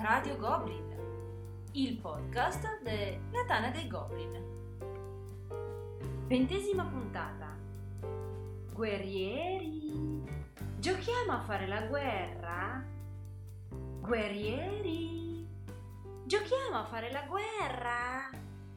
Radio Goblin, il podcast della Tana dei Goblin. 20ª puntata. Guerrieri, giochiamo a fare la guerra? Guerrieri, giochiamo a fare la guerra?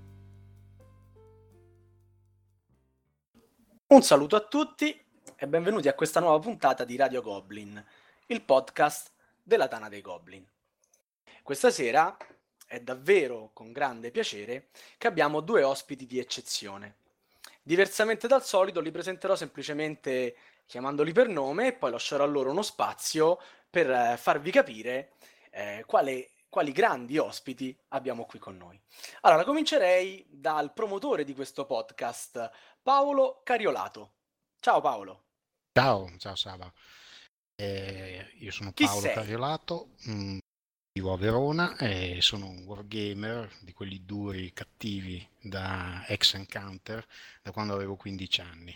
Un saluto a tutti e benvenuti a questa nuova puntata di Radio Goblin, il podcast della Tana dei Goblin. Questa sera è davvero con grande piacere che abbiamo due ospiti di eccezione. Diversamente dal solito li presenterò semplicemente chiamandoli per nome e poi lascerò loro uno spazio per farvi capire quali grandi ospiti abbiamo qui con noi. Allora, comincerei dal promotore di questo podcast, Paolo Cariolato. Ciao Paolo. Ciao Saba. Io sono Chi Paolo sei? Cariolato, vivo a Verona e sono un wargamer di quelli duri, cattivi, da ex Encounter, da quando avevo 15 anni.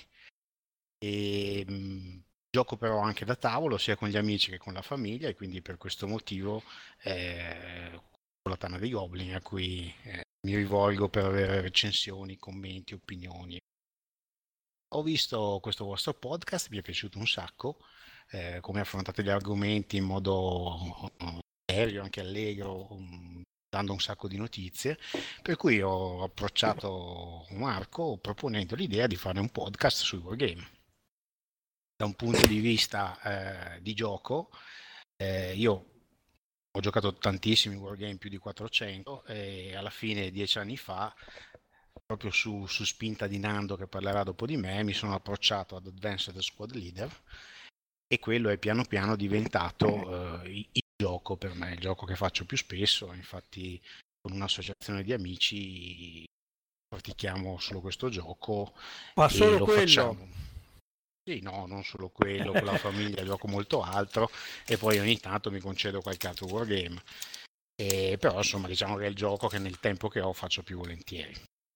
Gioco però anche da tavolo, sia con gli amici che con la famiglia, e quindi per questo motivo con la Tana dei Goblin, a cui mi rivolgo per avere recensioni, commenti, opinioni. Ho visto questo vostro podcast, mi è piaciuto un sacco, come affrontate gli argomenti in modo serio, anche allegro, dando un sacco di notizie, per cui ho approcciato Marco proponendo l'idea di fare un podcast sui wargame. Da un punto di vista di gioco, io ho giocato tantissimi wargame, più di 400, e alla fine, 10 anni fa, proprio su spinta di Nando che parlerà dopo di me, mi sono approcciato ad Advanced Squad Leader e quello è piano piano diventato il gioco per me, il gioco che faccio più spesso. Infatti con un'associazione di amici pratichiamo solo questo gioco. Ma e solo lo quello? facciamo. Sì, no, non solo quello, con la famiglia gioco molto altro e poi ogni tanto mi concedo qualche altro wargame. Però insomma diciamo che è il gioco che nel tempo che ho faccio più volentieri.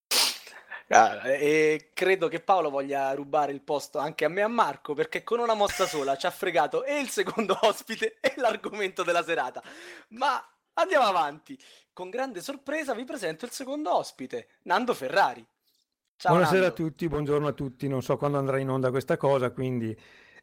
E credo che Paolo voglia rubare il posto anche a me e a Marco, perché con una mossa sola ci ha fregato e il secondo ospite e l'argomento della serata. Ma andiamo avanti. Con grande sorpresa vi presento il secondo ospite, Nando Ferrari. Ciao Buonasera Nando. a tutti, buongiorno a tutti. Non so quando andrà in onda questa cosa, quindi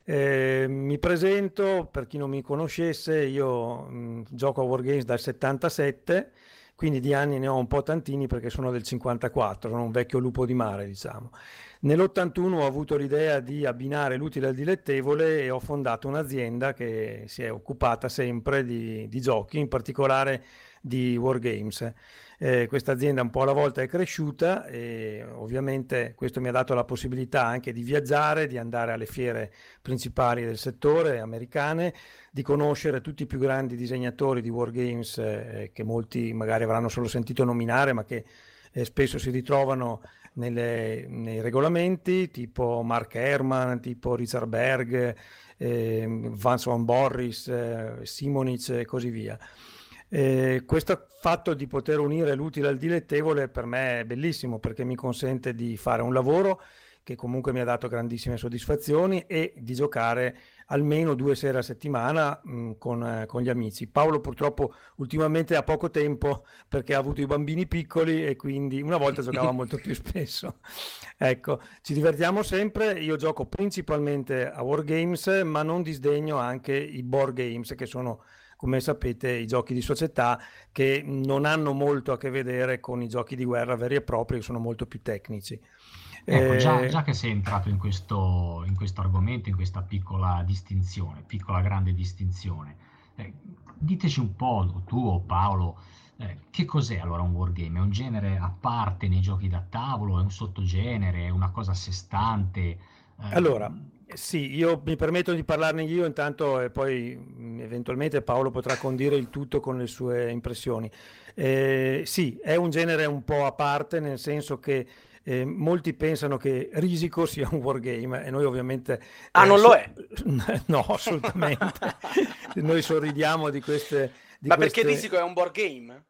mi presento. Per chi non mi conoscesse, io gioco a Wargames dal 77, quindi di anni ne ho un po' tantini perché sono del 54, sono un vecchio lupo di mare, diciamo. Nell'81 ho avuto l'idea di abbinare l'utile al dilettevole e ho fondato un'azienda che si è occupata sempre di giochi, in particolare di Wargames. Questa azienda un po' alla volta è cresciuta e ovviamente questo mi ha dato la possibilità anche di viaggiare, di andare alle fiere principali del settore americane, di conoscere tutti i più grandi disegnatori di wargames che molti magari avranno solo sentito nominare, ma che spesso si ritrovano nei regolamenti, tipo Mark Herman, tipo Richard Berg, Vance von Borries, Simonic e così via. Questo fatto di poter unire l'utile al dilettevole per me è bellissimo, perché mi consente di fare un lavoro che comunque mi ha dato grandissime soddisfazioni e di giocare almeno 2 sere a settimana con gli amici. Paolo purtroppo ultimamente ha poco tempo perché ha avuto i bambini piccoli e quindi una volta giocava molto più spesso. Ecco, ci divertiamo sempre. Io gioco principalmente a Wargames, ma non disdegno anche i board games, che sono, come sapete, i giochi di società che non hanno molto a che vedere con i giochi di guerra veri e propri, che sono molto più tecnici. Ecco, già che sei entrato in questo argomento, in questa piccola distinzione, piccola grande distinzione, diteci un po', tu o Paolo, che cos'è allora un wargame? È un genere a parte nei giochi da tavolo? È un sottogenere? È una cosa a sé stante? Allora, sì, io mi permetto di parlarne io intanto e poi eventualmente Paolo potrà condire il tutto con le sue impressioni. Sì, è un genere un po' a parte, nel senso che molti pensano che Risico sia un wargame e noi ovviamente... non lo è? No, assolutamente. Noi sorridiamo di queste... Ma perché Risico è un board game?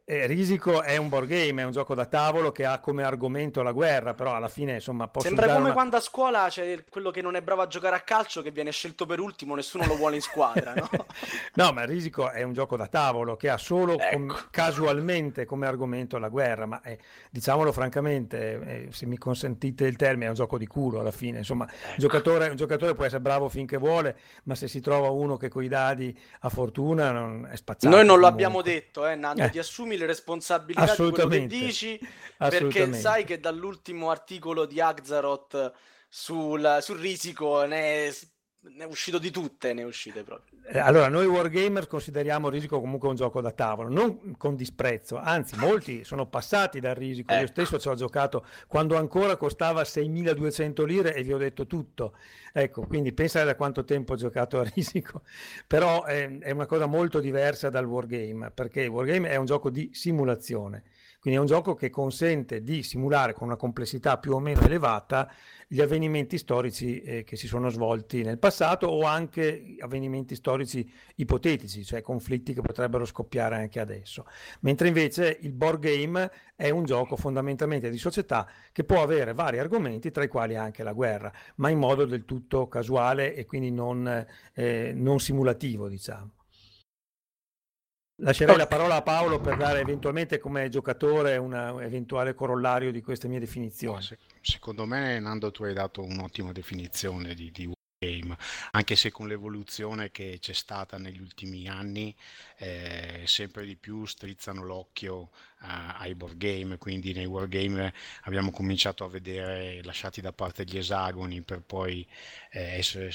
Risico è un board game, è un gioco da tavolo che ha come argomento la guerra, però alla fine, insomma, posso Sembra dare come una... quando a scuola c'è quello che non è bravo a giocare a calcio che viene scelto per ultimo, nessuno lo vuole in squadra, no? No, ma Risico è un gioco da tavolo che ha solo Ecco. casualmente come argomento la guerra, ma diciamolo francamente, se mi consentite il termine, è un gioco di culo alla fine. Insomma, un giocatore può essere bravo finché vuole, ma se si trova uno che coi dadi a fortuna è spacciato. Noi non lo comunque. abbiamo detto, Nando, ti assumi le responsabilità di quello che Assolutamente, dici, perché assolutamente. sai che dall'ultimo articolo di Axaroth sul Risico ne è uscito di tutte, ne è uscite proprio. Allora, noi Wargamer consideriamo il Risico comunque un gioco da tavolo, non con disprezzo, anzi molti sono passati dal Risico, io stesso ci ho giocato quando ancora costava 6.200 lire e vi ho detto tutto, ecco, quindi pensate da quanto tempo ho giocato a Risico, però è una cosa molto diversa dal Wargame, perché il Wargame è un gioco di simulazione, quindi è un gioco che consente di simulare con una complessità più o meno elevata gli avvenimenti storici che si sono svolti nel passato o anche avvenimenti storici ipotetici, cioè conflitti che potrebbero scoppiare anche adesso. Mentre invece il board game è un gioco fondamentalmente di società che può avere vari argomenti, tra i quali anche la guerra, ma in modo del tutto casuale e quindi non simulativo, diciamo. Lascerei la parola a Paolo per dare eventualmente come giocatore un eventuale corollario di queste mie definizioni. Secondo me, Nando, tu hai dato un'ottima definizione di wargame, anche se con l'evoluzione che c'è stata negli ultimi anni sempre di più strizzano l'occhio ai board game, quindi nei wargame abbiamo cominciato a vedere lasciati da parte gli esagoni per poi essere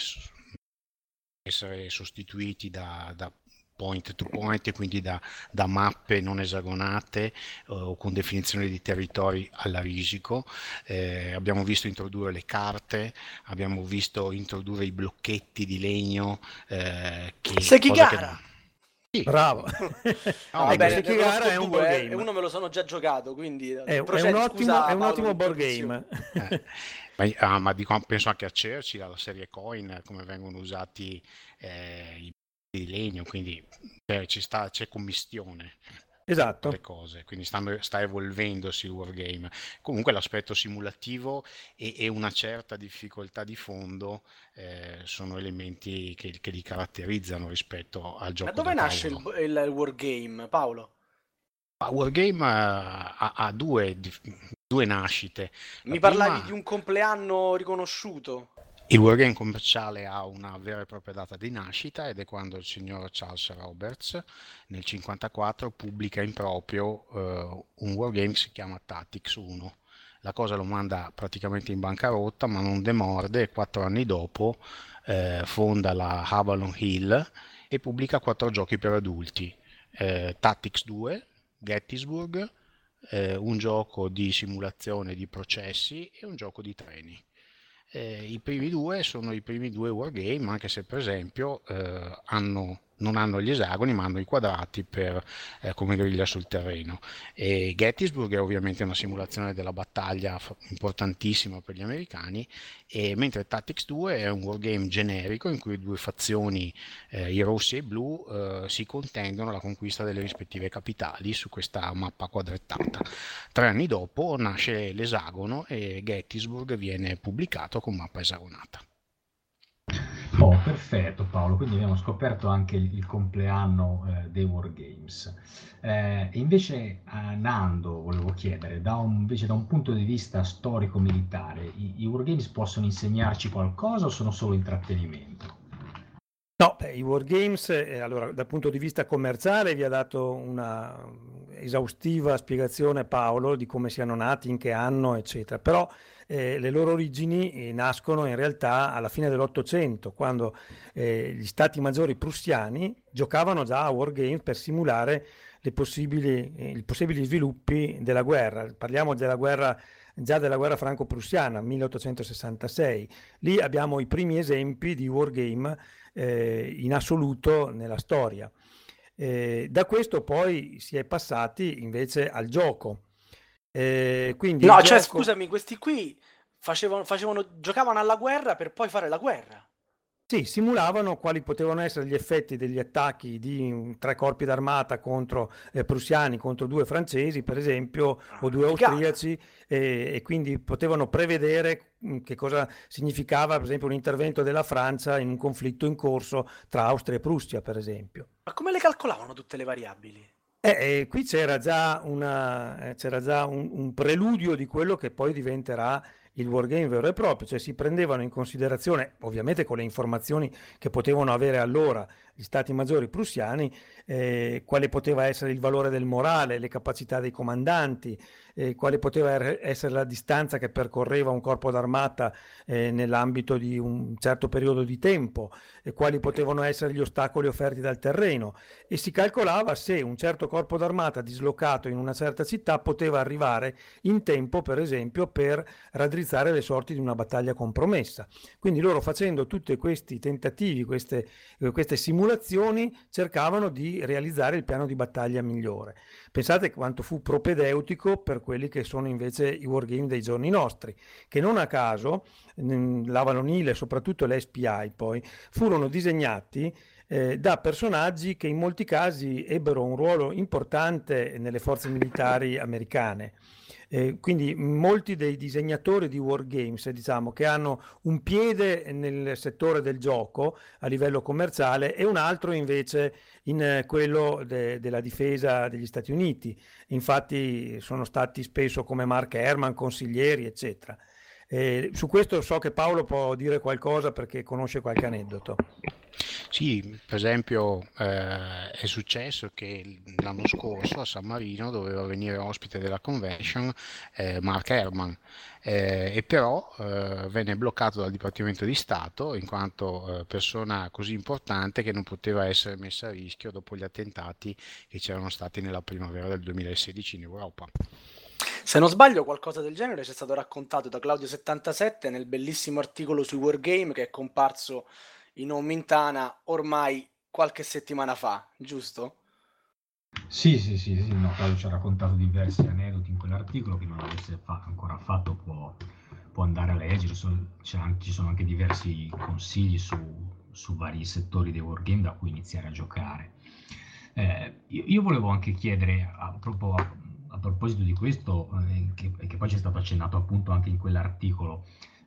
sostituiti da point to point, quindi da mappe non esagonate o con definizione di territori alla Risico. Abbiamo visto introdurre le carte, abbiamo visto introdurre i blocchetti di legno Sekigara! Sì. Bravo. Va bene, Sekigara è un board game. E uno me lo sono già giocato, quindi è un ottimo board game. Ma dico, penso anche a Churchill, alla serie Coin, come vengono usati i di legno, quindi c'è commistione. Esatto. Le cose, quindi sta evolvendosi il wargame. Comunque l'aspetto simulativo e una certa difficoltà di fondo sono elementi che li caratterizzano rispetto al gioco. Ma dove nasce il wargame, Paolo? Il wargame ha due nascite. Mi parlavi di un compleanno riconosciuto. Il wargame commerciale ha una vera e propria data di nascita ed è quando il signor Charles Roberts nel 1954 pubblica in proprio un wargame che si chiama Tactics 1. La cosa lo manda praticamente in bancarotta, ma non demorde e 4 anni dopo fonda la Avalon Hill e pubblica 4 giochi per adulti. Tactics 2, Gettysburg, un gioco di simulazione di processi e un gioco di treni. I primi due sono i primi due wargame, anche se per esempio non hanno gli esagoni ma hanno i quadrati come griglia sul terreno. E Gettysburg è ovviamente una simulazione della battaglia importantissima per gli americani, mentre Tactics 2 è un wargame generico in cui due fazioni, i rossi e i blu, si contendono la conquista delle rispettive capitali su questa mappa quadrettata. 3 anni dopo nasce l'esagono e Gettysburg viene pubblicato con mappa esagonata. Oh, perfetto Paolo, quindi abbiamo scoperto anche il compleanno dei wargames. Invece Nando, volevo chiedere, invece da un punto di vista storico-militare, i wargames possono insegnarci qualcosa o sono solo intrattenimento? No, i wargames, allora, dal punto di vista commerciale vi ha dato una esaustiva spiegazione Paolo di come siano nati, in che anno, eccetera, però le loro origini nascono in realtà alla fine dell'Ottocento, quando gli stati maggiori prussiani giocavano già a wargame per simulare i possibili sviluppi della guerra. Parliamo della guerra franco-prussiana, 1866. Lì abbiamo i primi esempi di wargame in assoluto nella storia. Da questo poi si è passati invece al gioco. Quindi no, cioè scusami, questi qui giocavano alla guerra per poi fare la guerra. Sì, simulavano quali potevano essere gli effetti degli attacchi di 3 corpi d'armata contro prussiani, contro 2 francesi, per esempio, o 2 Figata. austriaci, e quindi potevano prevedere che cosa significava, per esempio, un intervento della Francia in un conflitto in corso tra Austria e Prussia, per esempio. Ma come le calcolavano tutte le variabili? Qui c'era già, un preludio di quello che poi diventerà il wargame vero e proprio, cioè si prendevano in considerazione, ovviamente con le informazioni che potevano avere allora gli stati maggiori prussiani, quale poteva essere il valore del morale, le capacità dei comandanti, quale poteva essere la distanza che percorreva un corpo d'armata nell'ambito di un certo periodo di tempo, e quali potevano essere gli ostacoli offerti dal terreno, e si calcolava se un certo corpo d'armata dislocato in una certa città poteva arrivare in tempo, per esempio, per raddrizzare le sorti di una battaglia compromessa. Quindi loro, facendo tutti questi tentativi, queste simulazioni, cercavano di realizzare il piano di battaglia migliore. Pensate quanto fu propedeutico per quelli che sono invece i wargame dei giorni nostri, che non a caso l'Avalon Hill e soprattutto l'SPI poi furono disegnati da personaggi che in molti casi ebbero un ruolo importante nelle forze militari americane. Quindi molti dei disegnatori di wargames, diciamo, che hanno un piede nel settore del gioco a livello commerciale e un altro invece in quello della difesa degli Stati Uniti. Infatti sono stati spesso, come Mark Herman, consiglieri, eccetera. Su questo so che Paolo può dire qualcosa perché conosce qualche aneddoto. Sì, per esempio è successo che l'anno scorso a San Marino doveva venire ospite della convention Mark Herman, e però venne bloccato dal Dipartimento di Stato in quanto persona così importante che non poteva essere messa a rischio dopo gli attentati che c'erano stati nella primavera del 2016 in Europa. Se non sbaglio, qualcosa del genere ci è stato raccontato da Claudio77 nel bellissimo articolo sui wargame che è comparso in Home Intana ormai qualche settimana fa, giusto? Sì, no, Claudio ci ha raccontato diversi aneddoti in quell'articolo. Chi non l'avesse ancora fatto può andare a leggere. Ci sono anche diversi consigli su vari settori dei wargame da cui iniziare a giocare. Io volevo anche chiedere, a proposito di questo, che poi ci è stato accennato appunto anche in quell'articolo,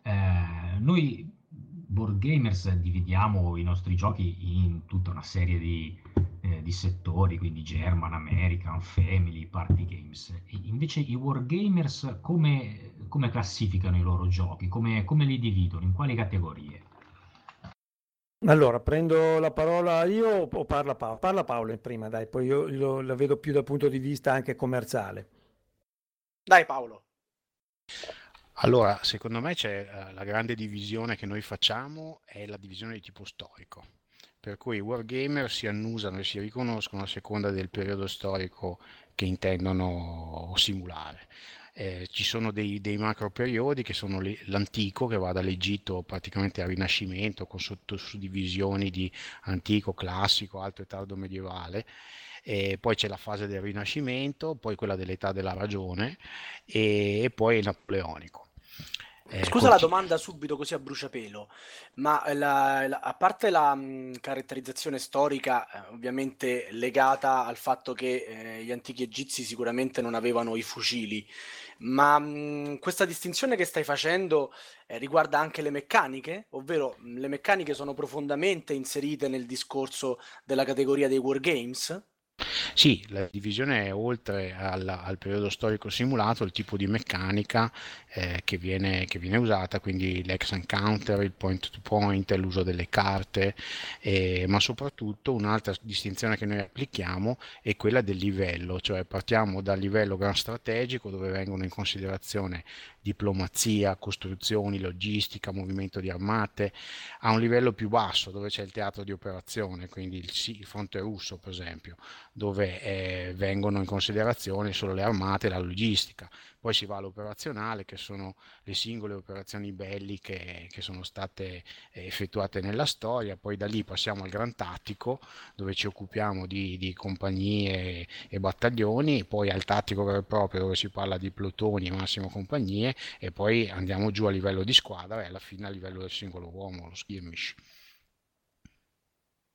noi board gamers dividiamo i nostri giochi in tutta una serie di settori, quindi German, American, Family, Party Games. Invece i wargamers come classificano i loro giochi? Come li dividono? In quali categorie? Allora, prendo la parola io o parla Paolo? Parla Paolo prima, dai, poi io la vedo più dal punto di vista anche commerciale. Dai Paolo. Allora, secondo me c'è la grande divisione che noi facciamo è la divisione di tipo storico, per cui i wargamer si annusano e si riconoscono a seconda del periodo storico che intendono simulare. Ci sono dei macro periodi che sono l'antico, che va dall'Egitto praticamente al Rinascimento, con sottosudivisioni di antico, classico, alto e tardo medievale. E poi c'è la fase del Rinascimento, poi quella dell'età della ragione e poi il napoleonico. Scusa la domanda subito così a bruciapelo, ma a parte la caratterizzazione storica, ovviamente legata al fatto che gli antichi egizi sicuramente non avevano i fucili, ma questa distinzione che stai facendo riguarda anche le meccaniche? Ovvero le meccaniche sono profondamente inserite nel discorso della categoria dei wargames? Sì, la divisione è oltre al periodo storico simulato, il tipo di meccanica che viene usata, quindi l'ex and counter, il point to point, l'uso delle carte, ma soprattutto un'altra distinzione che noi applichiamo è quella del livello, cioè partiamo dal livello gran strategico dove vengono in considerazione diplomazia, costruzioni, logistica, movimento di armate, a un livello più basso dove c'è il teatro di operazione, quindi il fronte russo per esempio, dove vengono in considerazione solo le armate e la logistica. Poi si va all'operazionale, che sono le singole operazioni belliche che sono state effettuate nella storia. Poi da lì passiamo al gran tattico, dove ci occupiamo di compagnie e battaglioni, e poi al tattico vero e proprio, dove si parla di plotoni e massimo compagnie, e poi andiamo giù a livello di squadra e alla fine a livello del singolo uomo, lo skirmish.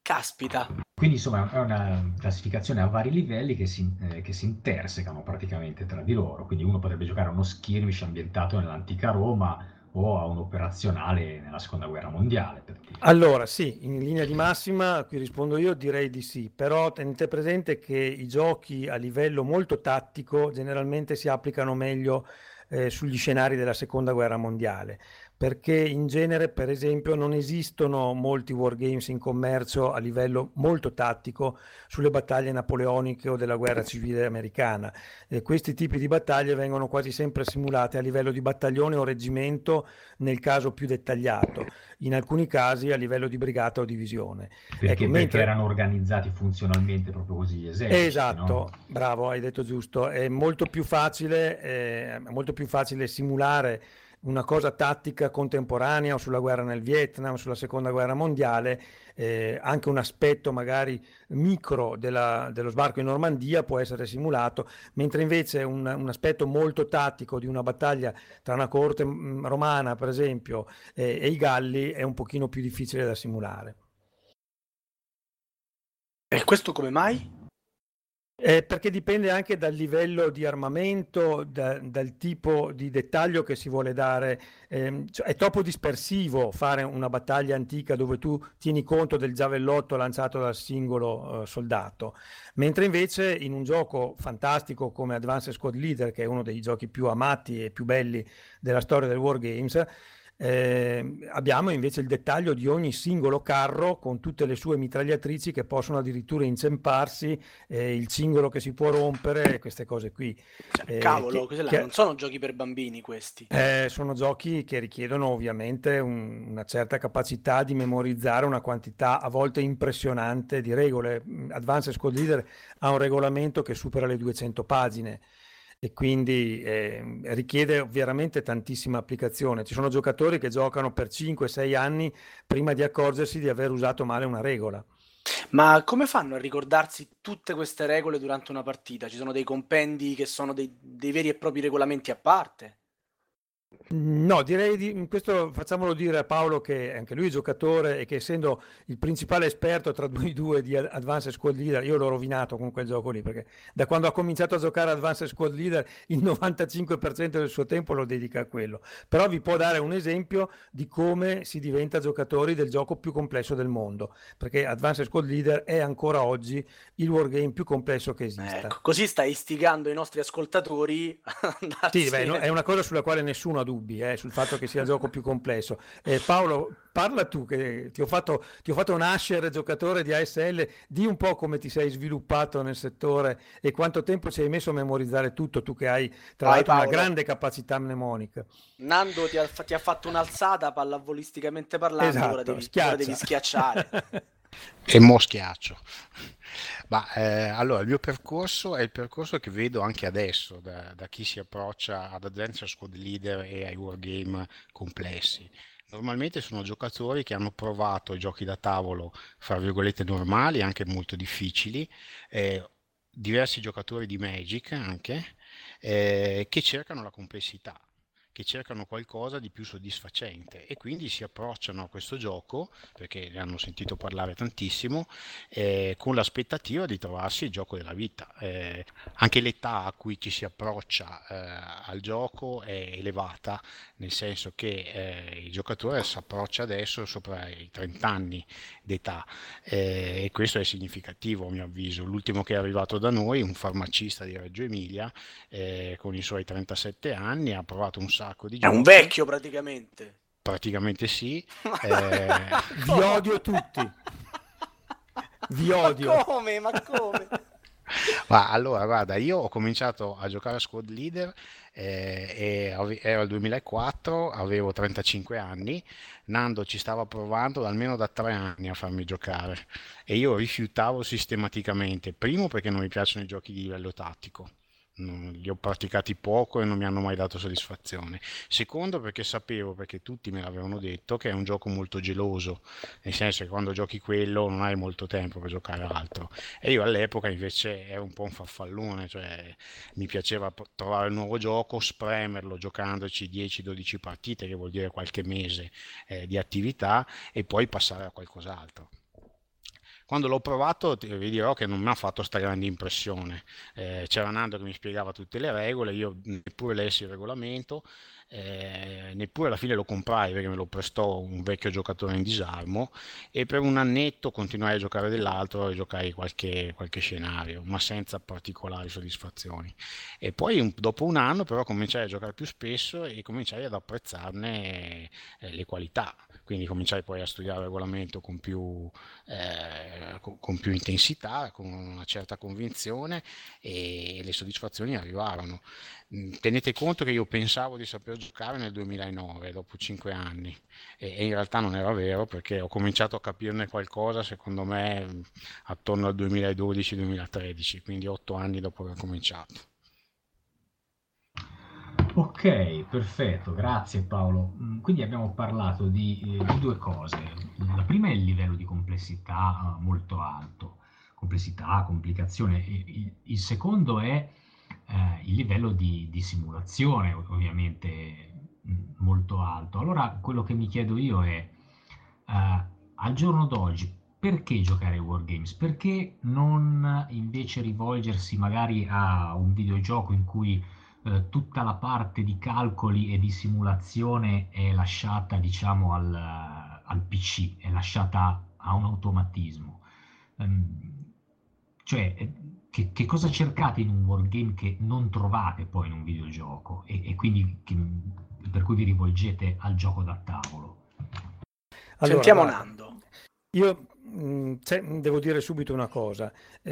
Caspita. Quindi insomma è una classificazione a vari livelli che si intersecano praticamente tra di loro, quindi uno potrebbe giocare a uno skirmish ambientato nell'antica Roma o a un operazionale nella seconda guerra mondiale, per dire. Allora, sì, in linea di massima, qui rispondo io, direi di sì, però tenete presente che i giochi a livello molto tattico generalmente si applicano meglio sugli scenari della seconda guerra mondiale, perché in genere, per esempio, non esistono molti wargames in commercio a livello molto tattico sulle battaglie napoleoniche o della guerra civile americana. Questi tipi di battaglie vengono quasi sempre simulate a livello di battaglione o reggimento nel caso più dettagliato, in alcuni casi a livello di brigata o divisione. Perché erano organizzati funzionalmente proprio così gli eserciti, Esatto, no? bravo, hai detto giusto. È molto più facile simulare una cosa tattica contemporanea o sulla guerra nel Vietnam, sulla seconda guerra mondiale, anche un aspetto magari micro dello sbarco in Normandia può essere simulato, mentre invece un aspetto molto tattico di una battaglia tra una corte romana, per esempio, e i Galli è un pochino più difficile da simulare. E questo come mai? Perché dipende anche dal livello di armamento, dal tipo di dettaglio che si vuole dare. Cioè, è troppo dispersivo fare una battaglia antica dove tu tieni conto del giavellotto lanciato dal singolo soldato, mentre invece in un gioco fantastico come Advanced Squad Leader, che è uno dei giochi più amati e più belli della storia del Wargames, abbiamo invece il dettaglio di ogni singolo carro con tutte le sue mitragliatrici che possono addirittura incepparsi, il cingolo che si può rompere, queste cose qui. Cioè, cavolo, non sono giochi per bambini questi. Sono giochi che richiedono ovviamente una certa capacità di memorizzare una quantità a volte impressionante di regole. Advanced Squad Leader ha un regolamento che supera le 200 pagine. E quindi richiede veramente tantissima applicazione. Ci sono giocatori che giocano per 5-6 anni prima di accorgersi di aver usato male una regola. Ma come fanno a ricordarsi tutte queste regole durante una partita? Ci sono dei compendi che sono dei veri e propri regolamenti a parte? No, direi questo facciamolo dire a Paolo, che anche lui è giocatore e che essendo il principale esperto tra noi due di Advanced Squad Leader, io l'ho rovinato con quel gioco lì, perché da quando ha cominciato a giocare Advanced Squad Leader il 95% del suo tempo lo dedica a quello. Però vi può dare un esempio di come si diventa giocatori del gioco più complesso del mondo, perché Advanced Squad Leader è ancora oggi il wargame più complesso che esista. Ecco, così stai istigando i nostri ascoltatori a andarsi... Sì, beh, è una cosa sulla quale nessuno ha dubbi, sul fatto che sia il gioco più complesso. Paolo, parla tu, che ti ho fatto nascere giocatore di ASL, di un po' come ti sei sviluppato nel settore e quanto tempo ci hai messo a memorizzare tutto, tu che hai tra l'altro una grande capacità mnemonica. Nando ti ha fatto un'alzata pallavolisticamente parlando, esatto, ora devi schiacciare. E mo schiaccio. Ma allora il mio percorso è il percorso che vedo anche adesso da chi si approccia ad Advanced Squad Leader e ai wargame complessi. Normalmente sono giocatori che hanno provato i giochi da tavolo, fra virgolette, normali, anche molto difficili, diversi giocatori di Magic anche, che cercano la complessità, che cercano qualcosa di più soddisfacente e quindi si approcciano a questo gioco, perché ne hanno sentito parlare tantissimo, con l'aspettativa di trovarsi il gioco della vita. Anche l'età a cui ci si approccia al gioco è elevata, nel senso che il giocatore si approccia adesso sopra i 30 anni d'età, e questo è significativo a mio avviso. L'ultimo che è arrivato da noi, un farmacista di Reggio Emilia, con i suoi 37 anni, ha provato un sacco di giochi. È un vecchio praticamente. Praticamente sì. Vi odio tutti. Vi odio. Ma come? Ma allora, guarda, io ho cominciato a giocare a Squad Leader era il 2004, avevo 35 anni. Nando ci stava provando almeno da 3 anni a farmi giocare e io rifiutavo sistematicamente. Primo perché non mi piacciono i giochi di livello tattico, li ho praticati poco e non mi hanno mai dato soddisfazione. Secondo perché sapevo, perché tutti me l'avevano detto, che è un gioco molto geloso, nel senso che quando giochi quello non hai molto tempo per giocare altro, e io all'epoca invece ero un po' un farfallone, cioè mi piaceva trovare il nuovo gioco, spremerlo giocandoci 10-12 partite, che vuol dire qualche mese di attività, e poi passare a qualcos'altro. Quando l'ho provato vi dirò che non mi ha fatto sta grande impressione. C'era Nando che mi spiegava tutte le regole, io neppure lessi il regolamento, neppure alla fine lo comprai perché me lo prestò un vecchio giocatore in disarmo e per un annetto continuai a giocare dell'altro e giocai qualche scenario, ma senza particolari soddisfazioni. E poi dopo un anno però cominciai a giocare più spesso e cominciai ad apprezzarne le qualità. Quindi cominciai poi a studiare il regolamento con più intensità, con una certa convinzione e le soddisfazioni arrivarono. Tenete conto che io pensavo di saper giocare nel 2009, dopo 5 anni, e in realtà non era vero perché ho cominciato a capirne qualcosa, secondo me, attorno al 2012-2013, quindi 8 anni dopo aver cominciato. Ok, perfetto, grazie Paolo. Quindi abbiamo parlato di due cose. La prima è il livello di complessità molto alto, complessità, complicazione. E il secondo è il livello di simulazione, ovviamente molto alto. Allora, quello che mi chiedo io è, al giorno d'oggi, perché giocare ai wargames? Perché non invece rivolgersi magari a un videogioco in cui tutta la parte di calcoli e di simulazione è lasciata, diciamo, al PC, è lasciata a un automatismo. Cioè, che cosa cercate in un wargame che non trovate poi in un videogioco e quindi per cui vi rivolgete al gioco da tavolo? Allora, Sentiamo guarda, Nando. io devo dire subito una cosa.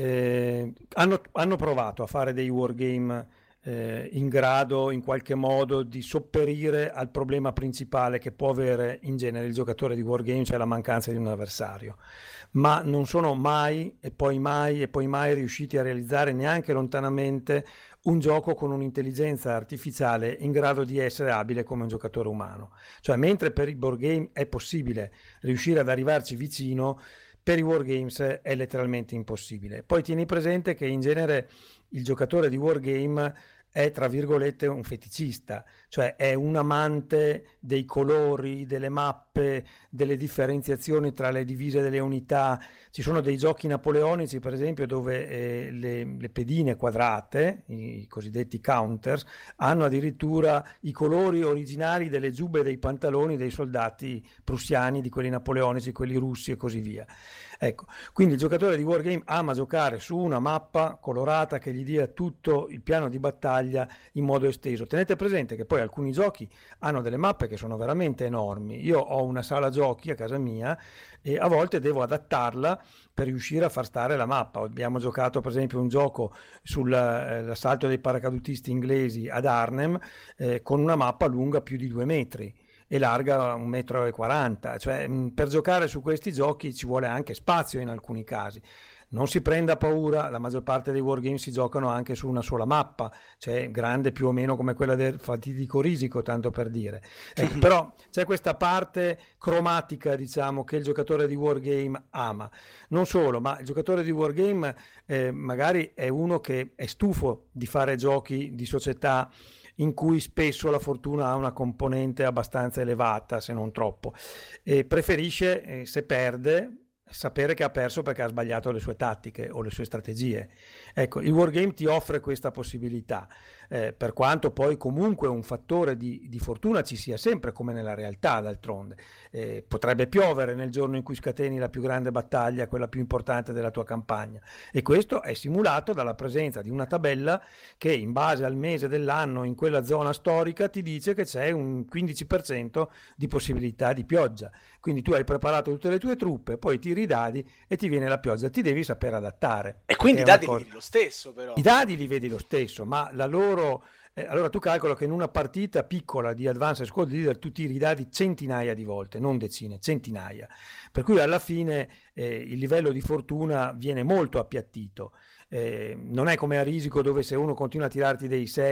Hanno provato a fare dei wargame in grado in qualche modo di sopperire al problema principale che può avere in genere il giocatore di wargame, cioè la mancanza di un avversario, ma non sono mai e poi mai e poi mai riusciti a realizzare neanche lontanamente un gioco con un'intelligenza artificiale in grado di essere abile come un giocatore umano. Cioè, mentre per i board game è possibile riuscire ad arrivarci vicino, per i wargames è letteralmente impossibile. Poi tieni presente che in genere il giocatore di wargame è, tra virgolette, un feticista, cioè è un amante dei colori, delle mappe, delle differenziazioni tra le divise delle unità. Ci sono dei giochi napoleonici, per esempio, dove le pedine quadrate, i cosiddetti counters, hanno addirittura i colori originali delle giubbe e dei pantaloni dei soldati prussiani, di quelli napoleonici, quelli russi e così via. Ecco, quindi il giocatore di wargame ama giocare su una mappa colorata che gli dia tutto il piano di battaglia in modo esteso. Tenete presente che poi alcuni giochi hanno delle mappe che sono veramente enormi. Io ho una sala giochi a casa mia e a volte devo adattarla per riuscire a far stare la mappa. Abbiamo giocato per esempio un gioco sull'assalto dei paracadutisti inglesi ad Arnhem con una mappa lunga più di 2 metri e larga 1,40 m. Cioè, per giocare su questi giochi ci vuole anche spazio in alcuni casi. Non si prenda paura, la maggior parte dei wargame si giocano anche su una sola mappa, cioè grande più o meno come quella del fatidico Risico, tanto per dire. Ecco, però c'è questa parte cromatica, diciamo, che il giocatore di wargame ama. Non solo, ma il giocatore di wargame magari è uno che è stufo di fare giochi di società in cui spesso la fortuna ha una componente abbastanza elevata, se non troppo, e preferisce, se perde, sapere che ha perso perché ha sbagliato le sue tattiche o le sue strategie. Ecco, il wargame ti offre questa possibilità, per quanto poi comunque un fattore di fortuna ci sia sempre, come nella realtà d'altronde. Potrebbe piovere nel giorno in cui scateni la più grande battaglia, quella più importante della tua campagna, e questo è simulato dalla presenza di una tabella che in base al mese dell'anno in quella zona storica ti dice che c'è un 15% di possibilità di pioggia. Quindi tu hai preparato tutte le tue truppe, poi tiri i dadi e ti viene la pioggia, ti devi sapere adattare. E quindi i dadi li vedi lo stesso, però. I dadi li vedi lo stesso, ma la loro... allora tu calcola che in una partita piccola di Advanced Squad Leader tu tiri i dadi centinaia di volte, non decine, centinaia. Per cui alla fine il livello di fortuna viene molto appiattito. Non è come a Risico dove se uno continua a tirarti dei 6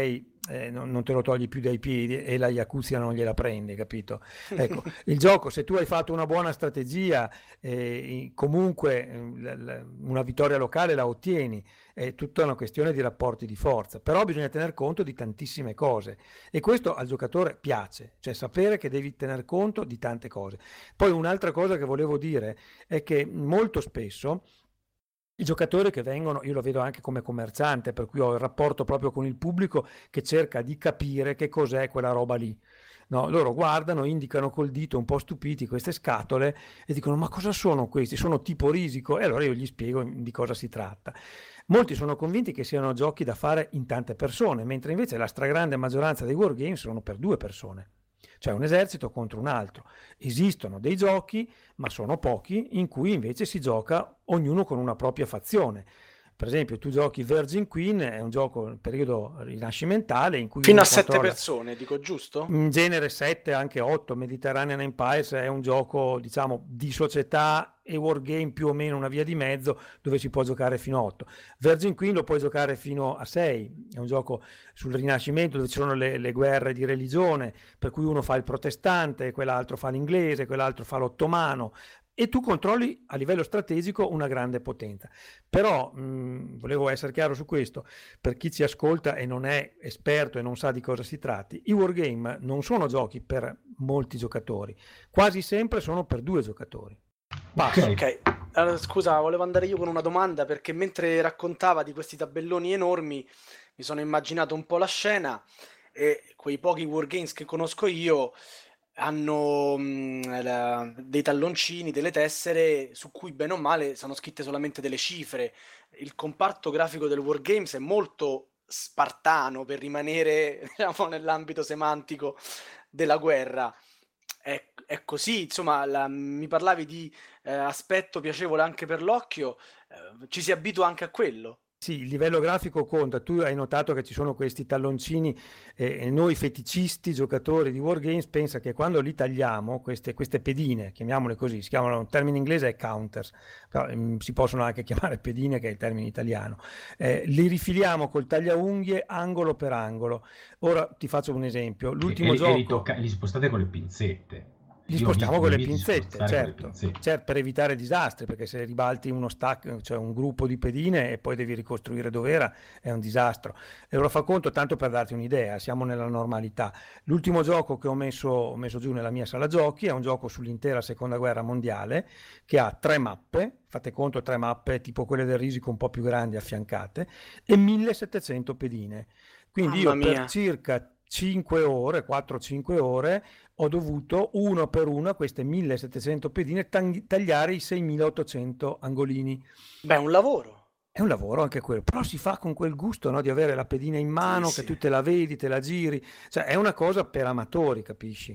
non te lo togli più dai piedi e la Yakuza non gliela prendi, capito? Ecco, il gioco, se tu hai fatto una buona strategia, comunque una vittoria locale la ottieni, è tutta una questione di rapporti di forza, però bisogna tener conto di tantissime cose e questo al giocatore piace, cioè sapere che devi tener conto di tante cose. Poi un'altra cosa che volevo dire è che molto spesso i giocatori che vengono, io lo vedo anche come commerciante, per cui ho il rapporto proprio con il pubblico che cerca di capire che cos'è quella roba lì. No, loro guardano, indicano col dito un po' stupiti queste scatole e dicono: ma cosa sono questi? Sono tipo risico? E allora io gli spiego di cosa si tratta. Molti sono convinti che siano giochi da fare in tante persone, mentre invece la stragrande maggioranza dei wargame sono per 2 persone, cioè un esercito contro un altro. Esistono dei giochi, ma sono pochi, in cui invece si gioca ognuno con una propria fazione. Per esempio, tu giochi Virgin Queen, è un gioco nel periodo rinascimentale in cui fino uno a 7 controlla, persone, dico giusto? in genere 7, anche 8. Mediterranean Empires è un gioco, diciamo, di società e wargame più o meno una via di mezzo, dove si può giocare fino a 8. Virgin Queen lo puoi giocare fino a 6, è un gioco sul Rinascimento dove ci sono le guerre di religione, per cui uno fa il protestante, quell'altro fa l'inglese, quell'altro fa l'ottomano, e tu controlli a livello strategico una grande potenza. Però volevo essere chiaro su questo, per chi ci ascolta e non è esperto e non sa di cosa si tratti, i wargame non sono giochi per molti giocatori, quasi sempre sono per 2 giocatori. Ok, allora, scusa, volevo andare io con una domanda, perché mentre raccontava di questi tabelloni enormi mi sono immaginato un po' la scena, e quei pochi wargames che conosco io hanno dei talloncini, delle tessere su cui bene o male sono scritte solamente delle cifre. Il comparto grafico del wargames è molto spartano per rimanere, diciamo, nell'ambito semantico della guerra. È così, insomma, mi parlavi di aspetto piacevole anche per l'occhio, ci si abitua anche a quello. Sì, il livello grafico conta. Tu hai notato che ci sono questi talloncini e noi feticisti giocatori di wargames pensa che quando li tagliamo, queste pedine, chiamiamole così, si chiamano, il termine inglese è counters, però, si possono anche chiamare pedine, che è il termine italiano, li rifiliamo col tagliaunghie angolo per angolo. Ora ti faccio un esempio. L'ultimo gioco... li spostate con le pinzette. Li spostiamo con le pinzette, certo, per evitare disastri, perché se ribalti uno stack, cioè un gruppo di pedine e poi devi ricostruire dov'era, è un disastro. E ora fa conto, tanto per darti un'idea, siamo nella normalità. L'ultimo gioco che ho messo giù nella mia sala giochi è un gioco sull'intera seconda guerra mondiale, che ha 3 mappe, fate conto 3 mappe tipo quelle del Risico un po' più grandi affiancate, e 1700 pedine. Quindi io per circa 5 ore, 4-5 ore, ho dovuto uno per uno queste 1700 pedine tagliare i 6800 angolini. Beh, è un lavoro. È un lavoro anche quello, però si fa con quel gusto, no, di avere la pedina in mano, sì, che tu te la vedi, te la giri, cioè è una cosa per amatori, capisci?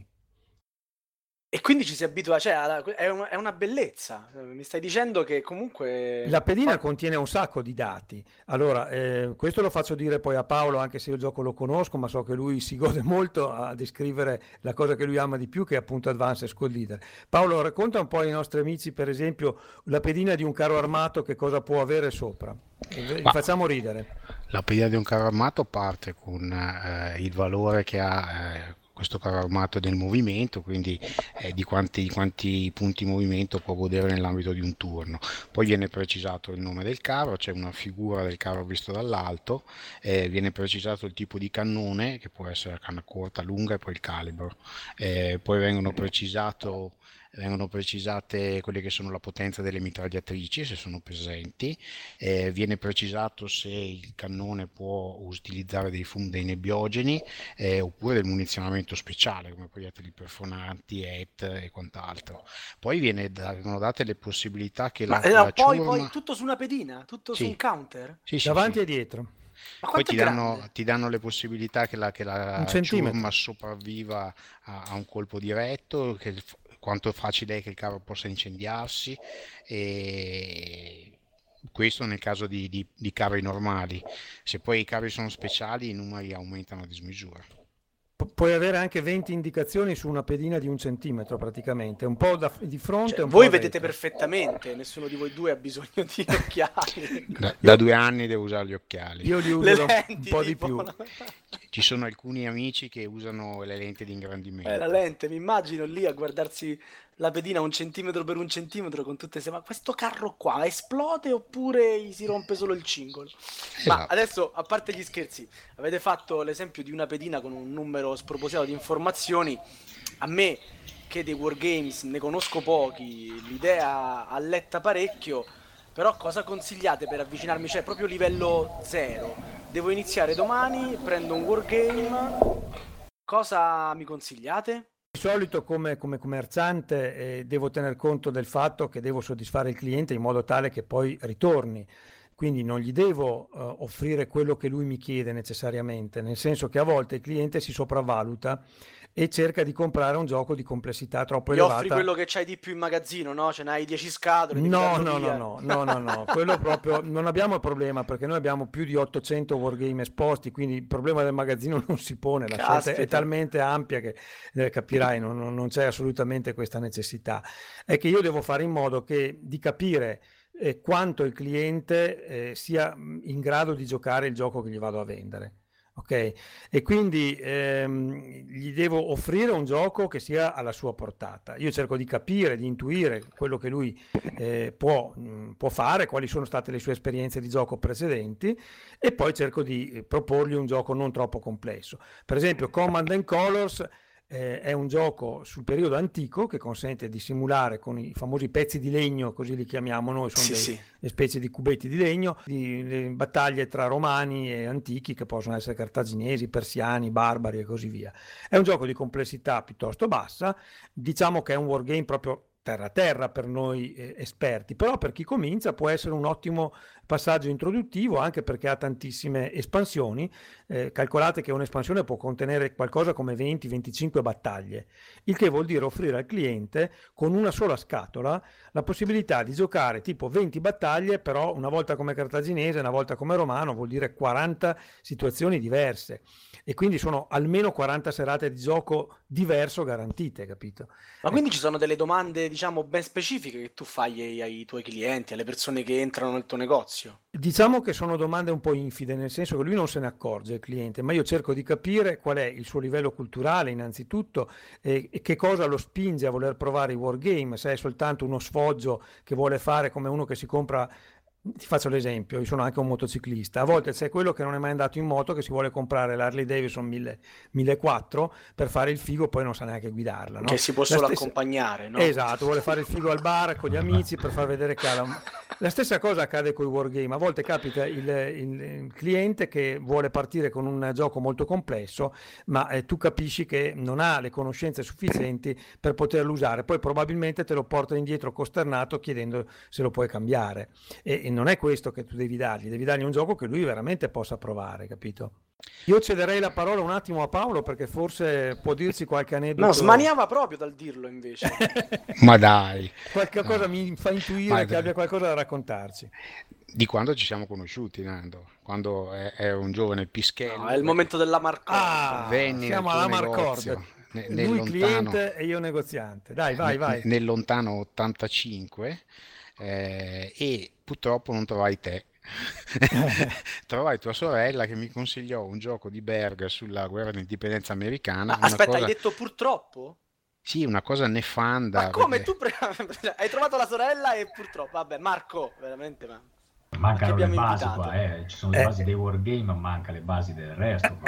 E quindi ci si abitua, cioè è una bellezza. Mi stai dicendo che comunque... La pedina contiene un sacco di dati. Allora, questo lo faccio dire poi a Paolo, anche se io il gioco lo conosco, ma so che lui si gode molto a descrivere la cosa che lui ama di più, che è appunto Advanced Squad Leader. Paolo, racconta un po' ai nostri amici, per esempio, la pedina di un carro armato, che cosa può avere sopra. Li facciamo ridere. La pedina di un carro armato parte con il valore che ha questo carro armato del movimento, quindi di quanti punti movimento può godere nell'ambito di un turno. Poi viene precisato il nome del carro, c'è una figura del carro visto dall'alto, viene precisato il tipo di cannone, che può essere la canna corta, lunga, e poi il calibro. Poi vengono precisate quelle che sono la potenza delle mitragliatrici, se sono presenti, viene precisato se il cannone può utilizzare dei nebbiogeni oppure del munizionamento speciale come proiettili perforanti, ET e quant'altro. Poi vengono date le possibilità che poi tutto su una pedina, tutto su un counter? Sì, davanti e dietro. Poi ti danno le possibilità che la ciurma sopravviva a un colpo diretto, quanto facile è che il carro possa incendiarsi, e questo nel caso di carri normali. Se poi i carri sono speciali, i numeri aumentano a dismisura. Puoi avere anche 20 indicazioni su una pedina di 1 centimetro praticamente, un po' di fronte, cioè, un voi po' vedete retro. perfettamente, nessuno di voi due ha bisogno di occhiali. Da 2 anni devo usare gli occhiali. Io li uso un po' di più. Ci sono alcuni amici che usano le lenti di ingrandimento. La lente, mi immagino lì a guardarsi la pedina 1 centimetro per 1 centimetro con tutte queste... Ma questo carro qua esplode oppure gli si rompe solo il cingolo? Ma Esatto. adesso, a parte gli scherzi, avete fatto l'esempio di una pedina con un numero spropositato di informazioni. A me, che dei wargames ne conosco pochi, l'idea alletta parecchio, però cosa consigliate per avvicinarmi? Cioè, proprio livello zero. Devo iniziare domani, prendo un wargame. Cosa mi consigliate? Di solito come commerciante devo tener conto del fatto che devo soddisfare il cliente in modo tale che poi ritorni. Quindi non gli devo offrire quello che lui mi chiede necessariamente, nel senso che a volte il cliente si sopravvaluta e cerca di comprare un gioco di complessità troppo Gli elevata. offri quello che c'hai di più in magazzino, no? Ce n'hai 10 scatole, devi No, darlo no, via. no, quello proprio non abbiamo il problema perché noi abbiamo più di 800 wargame esposti, quindi il problema del magazzino non si pone, la scelta è Caspita. talmente ampia che capirai, non c'è assolutamente questa necessità. È che io devo fare in modo di capire quanto il cliente sia in grado di giocare il gioco che gli vado a vendere. Ok, e quindi gli devo offrire un gioco che sia alla sua portata. Io cerco di capire, di intuire quello che lui può fare, quali sono state le sue esperienze di gioco precedenti, e poi cerco di proporgli un gioco non troppo complesso. Per esempio, Command and Colors è un gioco sul periodo antico che consente di simulare con i famosi pezzi di legno, così li chiamiamo noi, sono Sì. le specie di cubetti di legno, di battaglie tra romani e antichi che possono essere cartaginesi, persiani, barbari e così via. È un gioco di complessità piuttosto bassa, diciamo che è un wargame proprio terra a terra per noi esperti, però per chi comincia può essere un ottimo passaggio introduttivo, anche perché ha tantissime espansioni. Calcolate che un'espansione può contenere qualcosa come 20-25 battaglie, il che vuol dire offrire al cliente con una sola scatola la possibilità di giocare tipo 20 battaglie, però una volta come cartaginese, una volta come romano, vuol dire 40 situazioni diverse, e quindi sono almeno 40 serate di gioco diverso garantite, capito? Ma quindi ci sono delle domande, diciamo, ben specifiche che tu fai ai tuoi clienti, alle persone che entrano nel tuo negozio? Diciamo che sono domande un po' infide, nel senso che lui non se ne accorge, il cliente, ma io cerco di capire qual è il suo livello culturale innanzitutto e che cosa lo spinge a voler provare i wargame, se è soltanto uno sfoggio che vuole fare come uno che si compra. Ti faccio l'esempio, io sono anche un motociclista, a volte c'è quello che non è mai andato in moto che si vuole comprare l'Harley Davidson 1400 per fare il figo, poi non sa neanche guidarla, no? Che si può La solo stessa- accompagnare, no? Esatto, vuole fare il figo al bar con gli amici per far vedere che ha la stessa cosa accade con i wargame. A volte capita il cliente che vuole partire con un gioco molto complesso, ma tu capisci che non ha le conoscenze sufficienti per poterlo usare, poi probabilmente te lo porta indietro costernato chiedendo se lo puoi cambiare, e non è questo che tu devi dargli un gioco che lui veramente possa provare, capito? Io cederei la parola un attimo a Paolo perché forse può dirci qualche aneddoto. No, smaniava proprio dal dirlo invece. Ma dai, Qualche no. cosa mi fa intuire Ma che abbia qualcosa da raccontarci. di quando ci siamo conosciuti, Nando, quando ero un giovane pischello. No, è il momento della marcorda. Venni Siamo nel tuo alla negozio, Marcord. nel Lui lontano, cliente e io negoziante. Dai, vai. nel lontano 85, e purtroppo non trovai te. Trovai tua sorella che mi consigliò un gioco di Berg sulla guerra d'indipendenza americana, Ma una aspetta, hai cosa, detto purtroppo? sì, una cosa Ma nefanda, come perché hai trovato la sorella e purtroppo? Vabbè, Marco, veramente, ma che Mancano le abbiamo basi invitato? qua, ci sono le basi dei wargame, ma manca le basi del resto.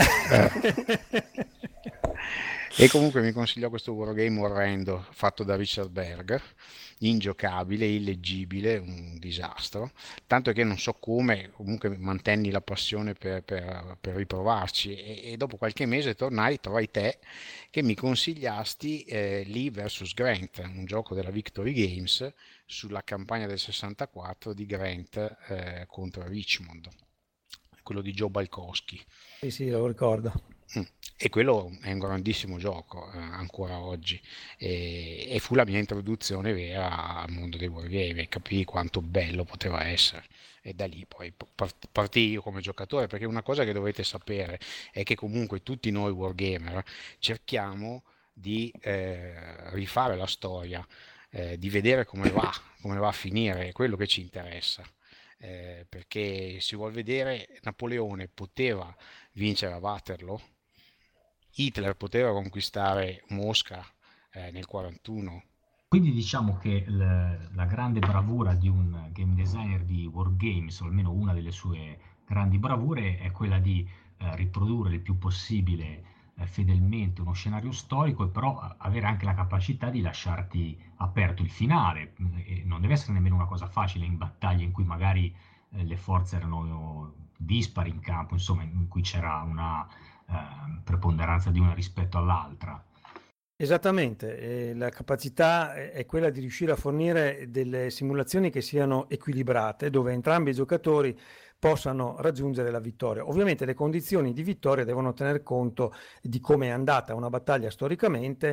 E comunque mi consigliò questo wargame orrendo fatto da Richard Berg, ingiocabile, illeggibile, un disastro, tanto che non so come, comunque mantenni la passione per riprovarci, e dopo qualche mese trovai te che mi consigliasti Lee vs Grant, un gioco della Victory Games sulla campagna del 64 di Grant contro Richmond, quello di Joe Balkowski. Sì, lo ricordo. E quello è un grandissimo gioco ancora oggi, e fu la mia introduzione vera al mondo dei wargame, e capii quanto bello poteva essere, e da lì poi partii io come giocatore, perché una cosa che dovete sapere è che comunque tutti noi wargamer cerchiamo di rifare la storia, di vedere come va a finire, è quello che ci interessa. Perché si vuol vedere Napoleone poteva vincere a Waterloo. Hitler poteva conquistare Mosca nel 41. Quindi diciamo che la grande bravura di un game designer di wargames, o almeno una delle sue grandi bravure, è quella di riprodurre il più possibile fedelmente uno scenario storico, e però avere anche la capacità di lasciarti aperto il finale. E non deve essere nemmeno una cosa facile in battaglie in cui magari le forze erano dispari in campo, insomma, in cui c'era una preponderanza di una rispetto all'altra. Esattamente, la capacità è quella di riuscire a fornire delle simulazioni che siano equilibrate, dove entrambi i giocatori possano raggiungere la vittoria. Ovviamente le condizioni di vittoria devono tener conto di come è andata una battaglia storicamente,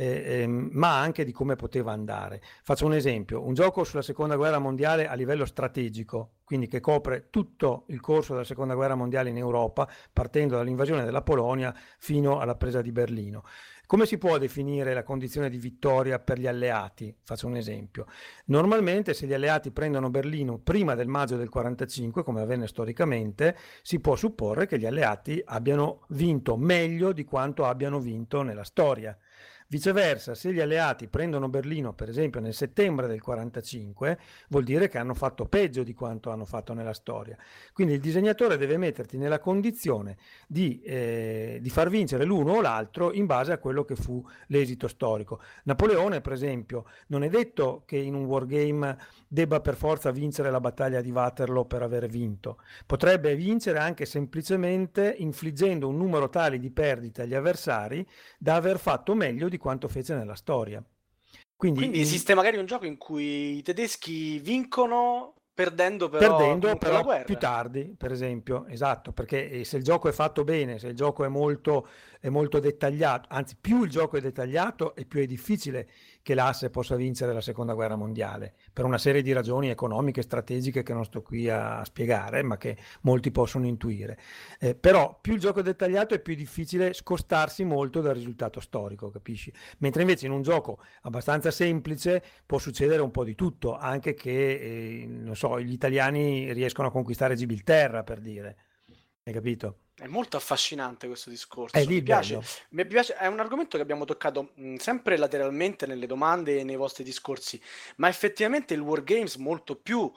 ma anche di come poteva andare. Faccio un esempio: un gioco sulla Seconda Guerra Mondiale a livello strategico, quindi che copre tutto il corso della Seconda Guerra Mondiale in Europa, partendo dall'invasione della Polonia fino alla presa di Berlino. Come si può definire la condizione di vittoria per gli alleati? Faccio un esempio. Normalmente, se gli alleati prendono Berlino prima del maggio del 45, come avvenne storicamente, si può supporre che gli alleati abbiano vinto meglio di quanto abbiano vinto nella storia. Viceversa, se gli alleati prendono Berlino, per esempio, nel settembre del 45, vuol dire che hanno fatto peggio di quanto hanno fatto nella storia. Quindi il disegnatore deve metterti nella condizione di far vincere l'uno o l'altro in base a quello che fu l'esito storico. Napoleone, per esempio, non è detto che in un wargame debba per forza vincere la battaglia di Waterloo per aver vinto. Potrebbe vincere anche semplicemente infliggendo un numero tale di perdite agli avversari da aver fatto meglio di quanto fece nella storia. Quindi esiste magari un gioco in cui i tedeschi vincono perdendo però la guerra. Più tardi, per esempio, esatto, perché se il gioco è fatto bene, se il gioco è molto dettagliato, anzi più il gioco è dettagliato e più è difficile che l'asse possa vincere la Seconda Guerra Mondiale, per una serie di ragioni economiche e strategiche che non sto qui a spiegare, ma che molti possono intuire. Però più il gioco è dettagliato è più difficile scostarsi molto dal risultato storico, capisci? Mentre invece in un gioco abbastanza semplice può succedere un po' di tutto, anche che, non so, gli italiani riescono a conquistare Gibilterra, per dire. Hai capito? È molto affascinante questo discorso. È lì Mi piace, è un argomento che abbiamo toccato sempre lateralmente nelle domande e nei vostri discorsi, ma effettivamente il Wargames molto più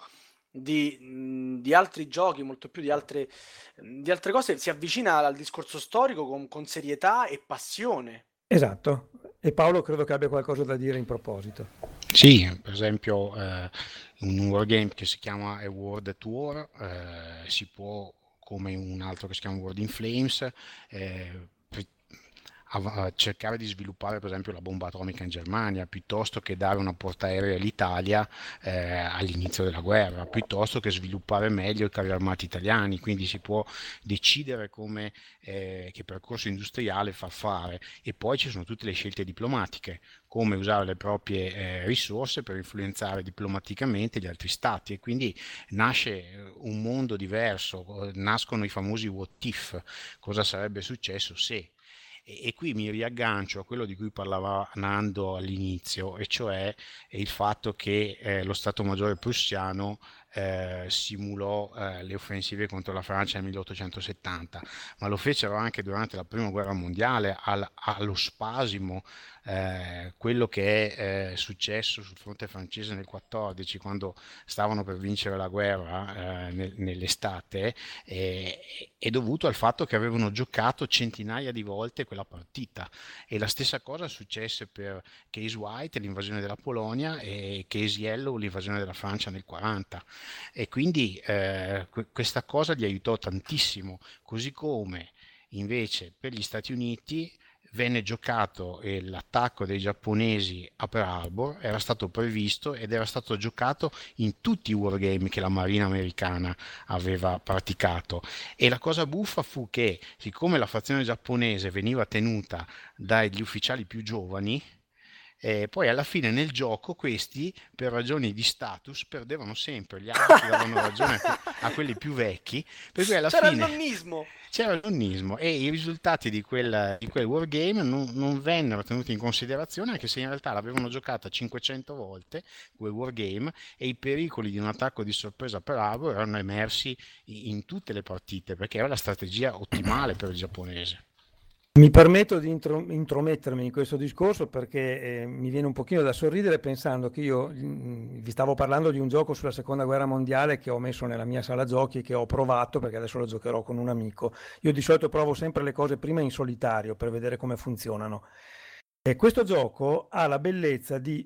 di altri giochi, molto più di altre cose, si avvicina al discorso storico con serietà e passione. Esatto, e Paolo credo che abbia qualcosa da dire in proposito. Sì, per esempio un wargame che si chiama A World at War si può, come un altro che si chiama World in Flames, cercare di sviluppare per esempio la bomba atomica in Germania, piuttosto che dare una portaerei all'Italia all'inizio della guerra, piuttosto che sviluppare meglio i carri armati italiani. Quindi si può decidere come che percorso industriale far fare, e poi ci sono tutte le scelte diplomatiche, come usare le proprie risorse per influenzare diplomaticamente gli altri stati, e quindi nasce un mondo diverso, nascono i famosi what if, cosa sarebbe successo se. E qui mi riaggancio a quello di cui parlava Nando all'inizio, e cioè il fatto che lo Stato Maggiore prussiano simulò le offensive contro la Francia nel 1870, ma lo fecero anche durante la Prima Guerra Mondiale, allo spasimo, quello che è successo sul fronte francese nel 14, quando stavano per vincere la guerra nell'estate, è dovuto al fatto che avevano giocato centinaia di volte quella partita. E la stessa cosa successe per Case White, l'invasione della Polonia, e Case Yellow, l'invasione della Francia nel 40. E quindi questa cosa gli aiutò tantissimo, così come invece per gli Stati Uniti venne giocato l'attacco dei giapponesi a Pearl Harbor, era stato previsto ed era stato giocato in tutti i wargame che la Marina americana aveva praticato. E la cosa buffa fu che, siccome la fazione giapponese veniva tenuta dagli ufficiali più giovani, Poi alla fine nel gioco questi, per ragioni di status, perdevano sempre, gli altri davano ragione a quelli più vecchi, per cui alla C'era fine il nonnismo. c'era il nonnismo e i risultati di quel wargame non vennero tenuti in considerazione, anche se in realtà l'avevano giocata 500 volte quel wargame, e i pericoli di un attacco di sorpresa per Arbor erano emersi in tutte le partite, perché era la strategia ottimale per il giapponese. Mi permetto di intromettermi in questo discorso perché mi viene un pochino da sorridere pensando che io vi stavo parlando di un gioco sulla seconda guerra mondiale che ho messo nella mia sala giochi e che ho provato perché adesso lo giocherò con un amico. Io di solito provo sempre le cose prima in solitario per vedere come funzionano. E questo gioco ha la bellezza di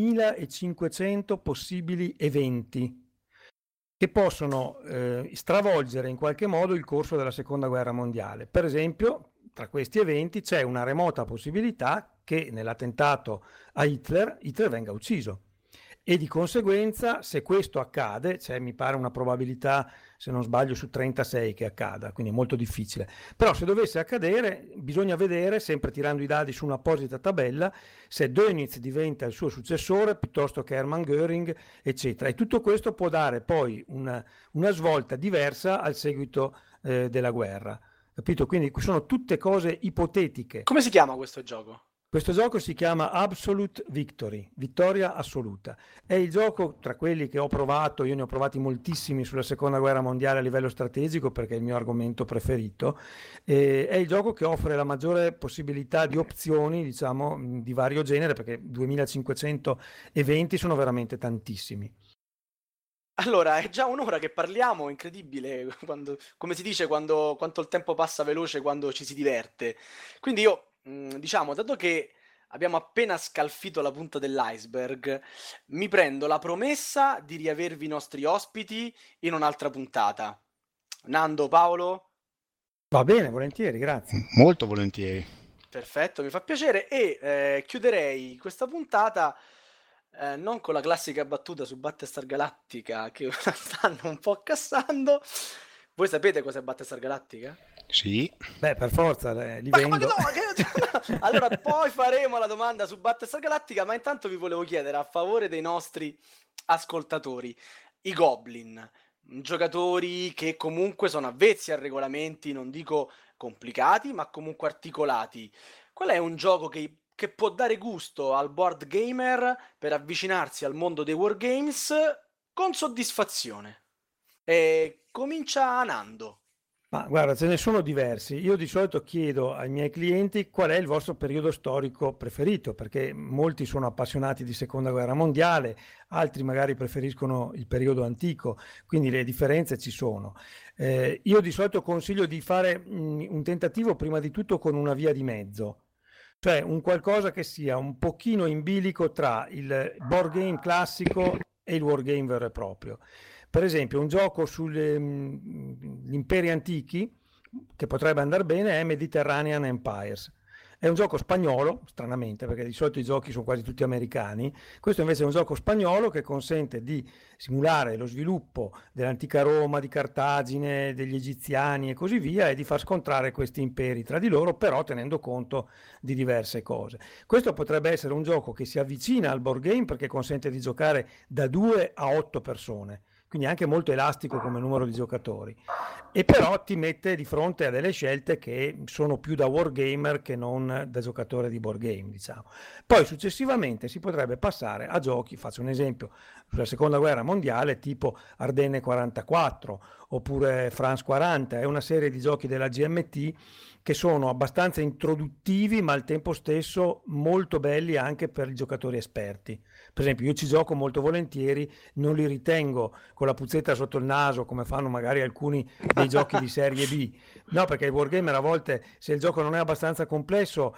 2500 possibili eventi che possono stravolgere in qualche modo il corso della seconda guerra mondiale. Per esempio, tra questi eventi c'è una remota possibilità che nell'attentato a Hitler venga ucciso, e di conseguenza, se questo accade, c'è mi pare una probabilità, se non sbaglio, su 36 che accada, quindi è molto difficile. Però se dovesse accadere bisogna vedere, sempre tirando i dadi su un'apposita tabella, se Dönitz diventa il suo successore piuttosto che Hermann Göring, eccetera, e tutto questo può dare poi una svolta diversa al seguito della guerra, capito? Quindi sono tutte cose ipotetiche. Come si chiama questo gioco? Questo gioco si chiama Absolute Victory, vittoria assoluta. È il gioco tra quelli che ho provato, io ne ho provati moltissimi sulla seconda guerra mondiale a livello strategico perché è il mio argomento preferito, è il gioco che offre la maggiore possibilità di opzioni, diciamo, di vario genere, perché 2500 eventi sono veramente tantissimi. Allora, è già un'ora che parliamo, incredibile, come si dice, quanto il tempo passa veloce quando ci si diverte. Quindi io, diciamo, dato che abbiamo appena scalfito la punta dell'iceberg, mi prendo la promessa di riavervi i nostri ospiti in un'altra puntata. Nando, Paolo? Va bene, volentieri, grazie. Molto volentieri. Perfetto, mi fa piacere, e chiuderei questa puntata non con la classica battuta su Battlestar Galactica che stanno un po' cassando. Voi sapete cos'è Battlestar Galactica? Sì. Beh, per forza, li vendo. Allora poi faremo la domanda su Battlestar Galactica, ma intanto vi volevo chiedere a favore dei nostri ascoltatori, i Goblin, giocatori che comunque sono avvezzi a regolamenti, non dico complicati, ma comunque articolati. Qual è un gioco che può dare gusto al board gamer per avvicinarsi al mondo dei wargames con soddisfazione? E comincia Nando. Ma guarda, ce ne sono diversi. Io di solito chiedo ai miei clienti qual è il vostro periodo storico preferito, perché molti sono appassionati di seconda guerra mondiale, altri magari preferiscono il periodo antico, quindi le differenze ci sono. Io di solito consiglio di fare un tentativo prima di tutto con una via di mezzo, cioè un qualcosa che sia un pochino in bilico tra il board game classico e il wargame vero e proprio. Per esempio, un gioco sugli imperi antichi che potrebbe andare bene è Mediterranean Empires. È un gioco spagnolo, stranamente, perché di solito i giochi sono quasi tutti americani. Questo invece è un gioco spagnolo che consente di simulare lo sviluppo dell'antica Roma, di Cartagine, degli egiziani e così via, e di far scontrare questi imperi tra di loro, però tenendo conto di diverse cose. Questo potrebbe essere un gioco che si avvicina al board game perché consente di giocare da 2 a 8 persone. Quindi anche molto elastico come numero di giocatori, e però ti mette di fronte a delle scelte che sono più da wargamer che non da giocatore di board game, diciamo. Poi successivamente si potrebbe passare a giochi, faccio un esempio, sulla seconda guerra mondiale, tipo Ardenne 44 oppure France 40, è una serie di giochi della GMT che sono abbastanza introduttivi ma al tempo stesso molto belli anche per i giocatori esperti. Per esempio io ci gioco molto volentieri, non li ritengo con la puzzetta sotto il naso come fanno magari alcuni dei giochi di serie B, no, perché il wargamer a volte, se il gioco non è abbastanza complesso,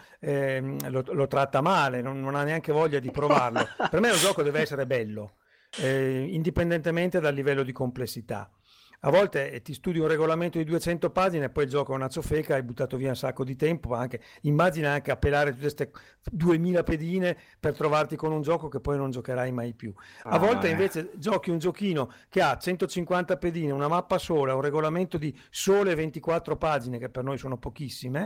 lo tratta male, non ha neanche voglia di provarlo. Per me un gioco deve essere bello, indipendentemente dal livello di complessità. A volte ti studi un regolamento di 200 pagine e poi il gioco è una ciofeca, hai buttato via un sacco di tempo, ma immagina anche appellare tutte queste 2000 pedine per trovarti con un gioco che poi non giocherai mai più. A volte invece giochi un giochino che ha 150 pedine, una mappa sola, un regolamento di sole 24 pagine, che per noi sono pochissime,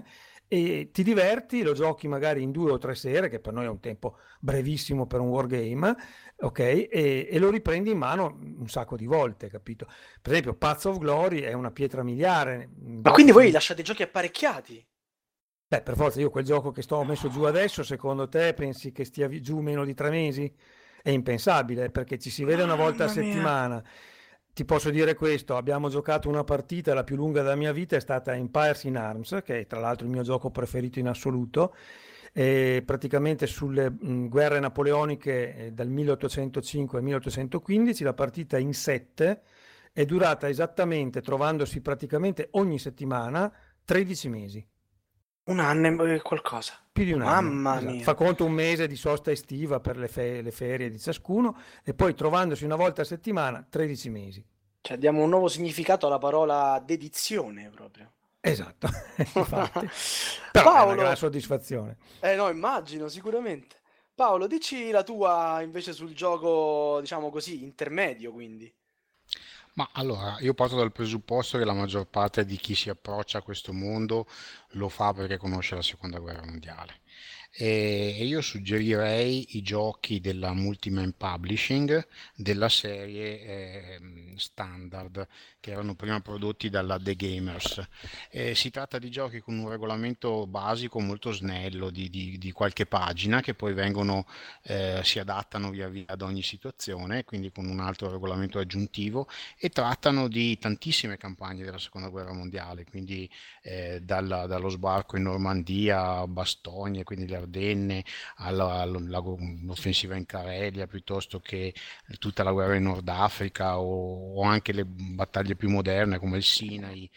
e ti diverti, lo giochi magari in 2 o 3 sere, che per noi è un tempo brevissimo per un wargame, ok? E lo riprendi in mano un sacco di volte, capito? Per esempio Paths of Glory è una pietra miliare. Ma quindi voi lasciate i giochi apparecchiati? Beh, per forza, io quel gioco che ho messo giù adesso, secondo te pensi che stia giù meno di 3 mesi? È impensabile, perché ci si vede una volta a settimana. Ti posso dire questo, abbiamo giocato una partita, la più lunga della mia vita è stata Empires in Arms, che è tra l'altro il mio gioco preferito in assoluto, praticamente sulle guerre napoleoniche dal 1805 al 1815, la partita in 7 è durata esattamente, trovandosi praticamente ogni settimana, 13 mesi. Un anno e qualcosa. Più di un anno. Mamma Esatto. mia. Fa conto un mese di sosta estiva per le ferie di ciascuno e poi trovandosi una volta a settimana 13 mesi. Cioè diamo un nuovo significato alla parola dedizione proprio. Esatto, infatti. Però Paolo, è una gran soddisfazione. No, immagino, sicuramente. Paolo, dici la tua invece sul gioco, diciamo così, intermedio, quindi. Ma allora, io parto dal presupposto che la maggior parte di chi si approccia a questo mondo lo fa perché conosce la seconda guerra mondiale. E io suggerirei i giochi della Multiman Publishing della serie standard, che erano prima prodotti dalla The Gamers. Si tratta di giochi con un regolamento basico molto snello di qualche pagina, che poi si adattano via via ad ogni situazione, quindi con un altro regolamento aggiuntivo, e trattano di tantissime campagne della seconda guerra mondiale, quindi dallo sbarco in Normandia a Bastogne, quindi le Ardenne, all'offensiva in Carelia, piuttosto che tutta la guerra in Nord Africa, o anche le battaglie più moderne come il Sinai,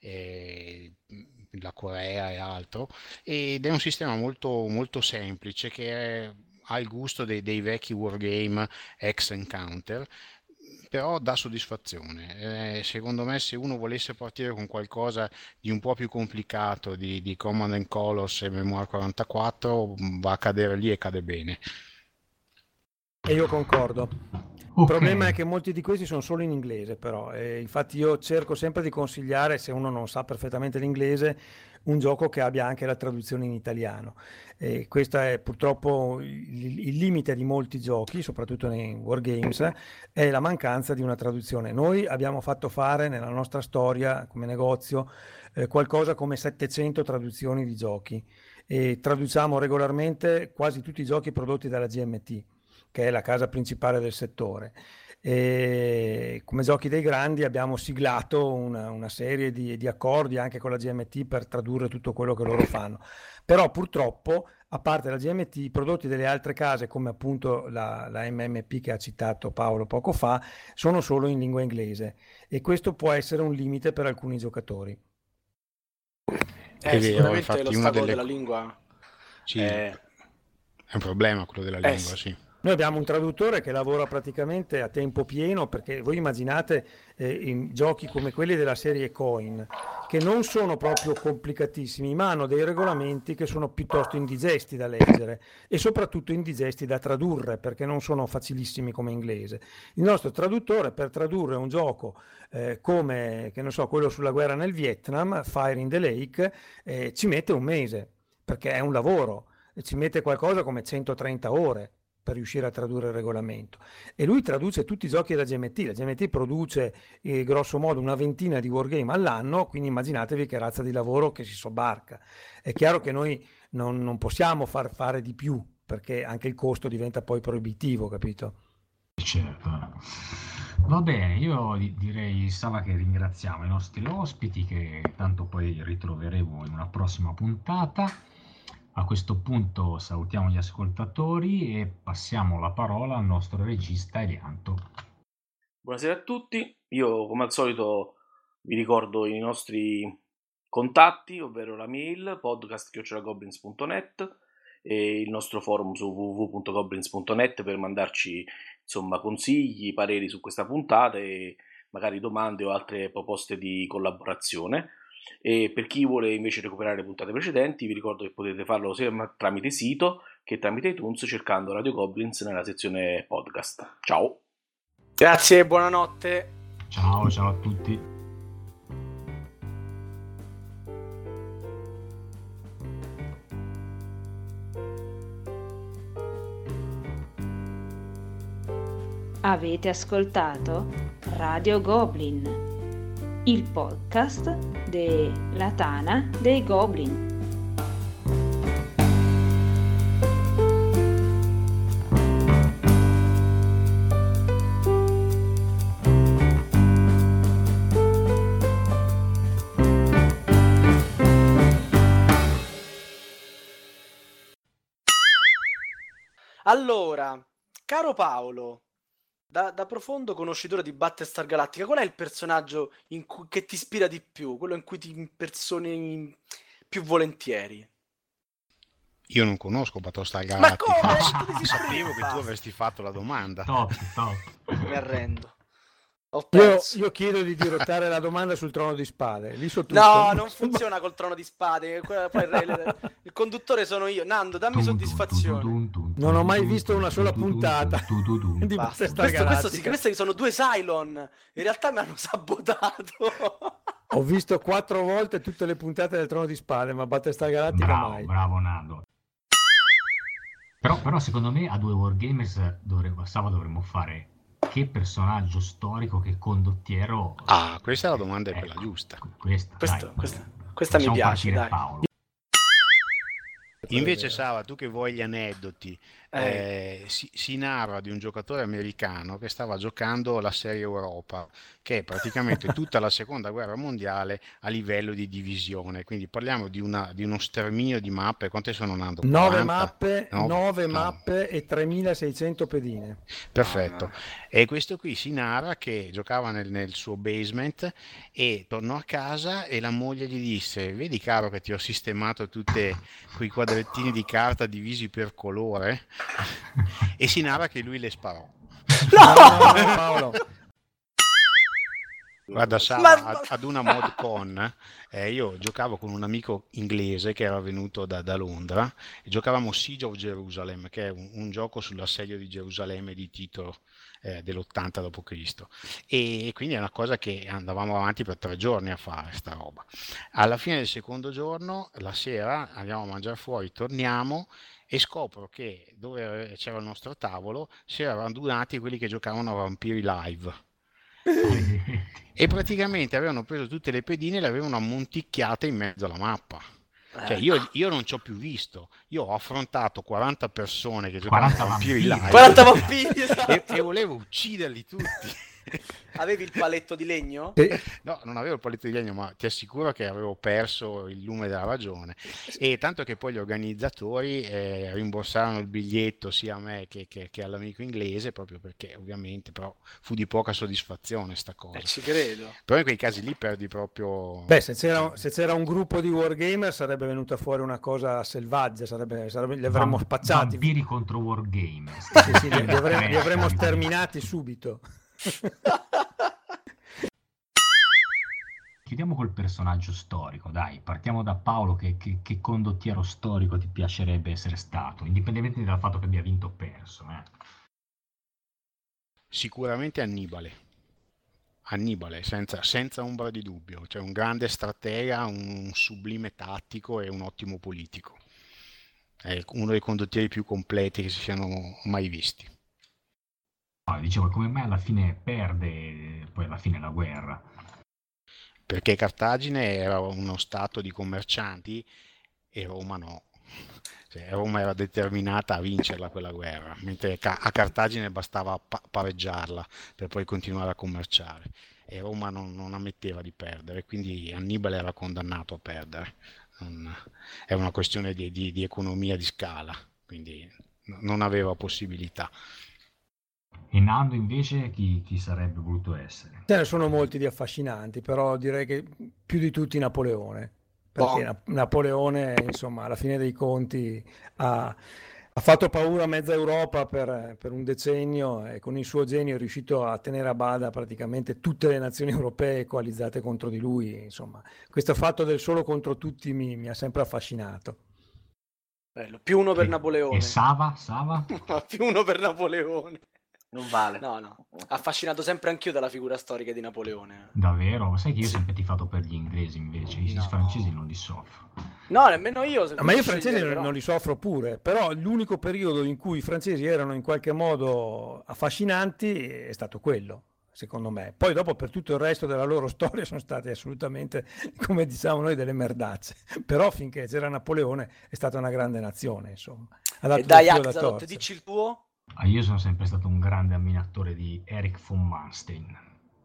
la Corea e altro. Ed è un sistema molto, molto semplice, che ha il gusto dei vecchi wargame ex Encounter, però dà soddisfazione. Secondo me, se uno volesse partire con qualcosa di un po' più complicato di Command and Colors e Memoir 44, va a cadere lì e cade bene. E io concordo. Il problema è che molti di questi sono solo in inglese, però infatti io cerco sempre di consigliare, se uno non sa perfettamente l'inglese, un gioco che abbia anche la traduzione in italiano. Questo è purtroppo il limite di molti giochi, soprattutto nei wargames, è la mancanza di una traduzione. Noi abbiamo fatto fare nella nostra storia come negozio qualcosa come 700 traduzioni di giochi e traduciamo regolarmente quasi tutti i giochi prodotti dalla GMT, che è la casa principale del settore. E come Giochi dei Grandi abbiamo siglato una serie di accordi anche con la GMT per tradurre tutto quello che loro fanno. Però purtroppo, a parte la GMT, i prodotti delle altre case, come appunto la MMP che ha citato Paolo poco fa, sono solo in lingua inglese e questo può essere un limite per alcuni giocatori. Sicuramente lo stato della lingua è un problema, quello della lingua, sì. Noi abbiamo un traduttore che lavora praticamente a tempo pieno, perché voi immaginate in giochi come quelli della serie Coin, che non sono proprio complicatissimi, ma hanno dei regolamenti che sono piuttosto indigesti da leggere e soprattutto indigesti da tradurre, perché non sono facilissimi come inglese. Il nostro traduttore, per tradurre un gioco come, che non so, quello sulla guerra nel Vietnam, Fire in the Lake, ci mette un mese, perché è un lavoro, ci mette qualcosa come 130 ore per riuscire a tradurre il regolamento, e lui traduce tutti i giochi della GMT. La GMT produce grosso modo una ventina di wargame all'anno, quindi immaginatevi che razza di lavoro che si sobbarca. È chiaro che noi non possiamo fare di più, perché anche il costo diventa poi proibitivo, capito? Certo. Va bene, io direi, Sava, che ringraziamo i nostri ospiti, che tanto poi ritroveremo in una prossima puntata. A questo punto salutiamo gli ascoltatori e passiamo la parola al nostro regista Elianto. Buonasera a tutti, io come al solito vi ricordo i nostri contatti, ovvero la mail podcast@goblins.net e il nostro forum su www.goblins.net per mandarci insomma consigli, pareri su questa puntata e magari domande o altre proposte di collaborazione. E per chi vuole invece recuperare le puntate precedenti vi ricordo che potete farlo sia tramite sito che tramite iTunes cercando Radio Goblins nella sezione podcast. Ciao, grazie e buonanotte. Ciao a tutti. Avete ascoltato Radio Goblin, il podcast della Tana dei Goblin. Allora, caro Paolo, da profondo conoscitore di Battlestar Galactica, qual è il personaggio che ti ispira di più, quello in cui ti impersoni più volentieri? Io non conosco Battlestar Ma Galactica. come? Sapevo che tu avresti fatto la domanda. Top. Mi arrendo. Ho Io, perso. io chiedo di dirottare la domanda sul Trono di Spade. Lì so tutto. No, non funziona col Trono di Spade. Poi il conduttore sono io. Nando, dammi soddisfazione. Non ho mai visto una sola puntata di Basta. Battlestar Galactica. Questi sono due Cylon. In realtà mi hanno sabotato. Ho visto 4 volte tutte le puntate del Trono di Spade, ma Battlestar Galactica mai. Bravo Nando. Però secondo me a 2 Wargamers dovremmo fare che personaggio storico, che condottiero. Ah, questa è la domanda, è quella giusta. Questa mi piace, dai. Paolo. Invece Sava, tu che vuoi gli aneddoti, si narra di un giocatore americano che stava giocando la Serie Europa, che è praticamente tutta la seconda guerra mondiale a livello di divisione, quindi parliamo di uno sterminio di mappe. Quante sono, Nando? 9 40? mappe e 3600 pedine. Perfetto. E questo qui si narra che giocava nel suo basement e tornò a casa e la moglie gli disse: vedi caro che ti ho sistemato tutti quei quadrettini di carta divisi per colore? E si narra che lui le sparò. No, Paolo. Guarda, Sara, ad una ModCon io giocavo con un amico inglese che era venuto da Londra e giocavamo Siege of Jerusalem, che è un gioco sull'assedio di Gerusalemme di Tito dell'80 d.C. E quindi è una cosa che andavamo avanti per 3 giorni a fare sta roba. Alla fine del secondo giorno, la sera, andiamo a mangiare fuori, torniamo e scopro che dove c'era il nostro tavolo si erano radunati quelli che giocavano a Vampiri Live. E praticamente avevano preso tutte le pedine e le avevano ammonticchiate in mezzo alla mappa. Cioè io non ci ho più visto. Io ho affrontato 40 persone che giocavano a Vampiri Live 40 vampiri, esatto. e volevo ucciderli tutti. Avevi il paletto di legno? No, non avevo il paletto di legno, ma ti assicuro che avevo perso il lume della ragione. E tanto che poi gli organizzatori rimborsarono il biglietto sia a me che all'amico inglese, proprio perché ovviamente però fu di poca soddisfazione sta cosa. Ci credo. Però in quei casi lì perdi proprio. Beh, se c'era un gruppo di wargamer sarebbe venuta fuori una cosa selvaggia, li avremmo spacciati. Vampiri contro wargamers. Sì, li avremmo sterminati subito. Chiudiamo col personaggio storico, dai, partiamo da Paolo. Che condottiero storico ti piacerebbe essere stato, indipendentemente dal fatto che abbia vinto o perso? Sicuramente Annibale, senza ombra di dubbio, cioè un grande stratega, un sublime tattico e un ottimo politico. È uno dei condottieri più completi che si siano mai visti. Dicevo, come mai alla fine perde poi alla fine la guerra? Perché Cartagine era uno stato di commercianti e Roma no. Cioè, Roma era determinata a vincerla quella guerra, mentre a Cartagine bastava pareggiarla per poi continuare a commerciare. E Roma non ammetteva di perdere, quindi Annibale era condannato a perdere. È una questione di economia di scala, quindi non aveva possibilità. E Nando invece chi sarebbe voluto essere? Ce ne sono molti di affascinanti, però direi che più di tutti Napoleone, perché Napoleone, insomma, alla fine dei conti ha fatto paura a mezza Europa per un decennio e con il suo genio è riuscito a tenere a bada praticamente tutte le nazioni europee coalizzate contro di lui. Insomma, questo fatto del solo contro tutti mi ha sempre affascinato. Bello. Più uno per Napoleone. E Sava? Più uno per Napoleone. Non vale. No. Affascinato sempre anch'io dalla figura storica di Napoleone. Davvero? Sai che io ho sempre tifato per gli inglesi invece, i francesi non li soffro. No, nemmeno io. Ma io i francesi non li soffro pure, però l'unico periodo in cui i francesi erano in qualche modo affascinanti è stato quello, secondo me. Poi dopo per tutto il resto della loro storia sono stati assolutamente, come diciamo noi, delle merdacce. Però finché c'era Napoleone è stata una grande nazione, insomma. E dai, Axelot, dici il tuo? Io sono sempre stato un grande ammiratore di Erich von Manstein.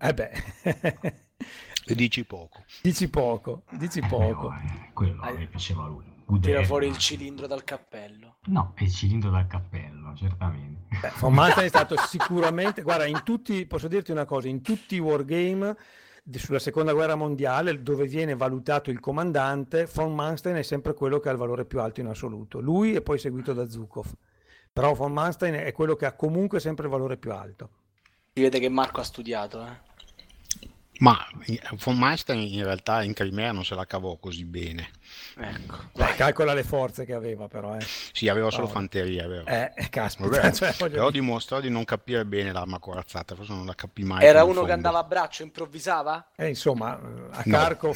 E dici poco. Dici poco. Quello mi piaceva lui. Tira fuori il cilindro dal cappello. No, è il cilindro dal cappello, certamente. Von Manstein è stato sicuramente, guarda, posso dirti una cosa, in tutti i wargame sulla seconda guerra mondiale dove viene valutato il comandante, von Manstein è sempre quello che ha il valore più alto in assoluto. Lui è poi seguito da Zhukov. Però von Manstein è quello che ha comunque sempre il valore più alto. Si vede che Marco ha studiato, Ma von Manstein in realtà in Crimea non se la cavò così bene. Ecco. Calcola le forze che aveva però. Sì, aveva solo fanteria, vero? Caspita. Però dimostrò di non capire bene l'arma corazzata, forse non la capì mai. Era uno che andava a braccio, improvvisava? Insomma, a Kharkov...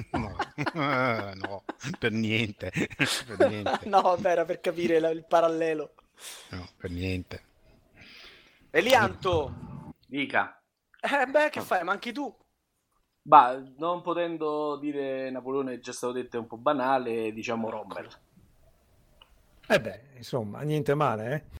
No, per niente. No, vabbè, era per capire il parallelo. No, per niente. Elianto! Dica. Che fai? Manchi tu? Non potendo dire Napoleone, è già stato detto, è un po' banale, diciamo Rommel. insomma, niente male,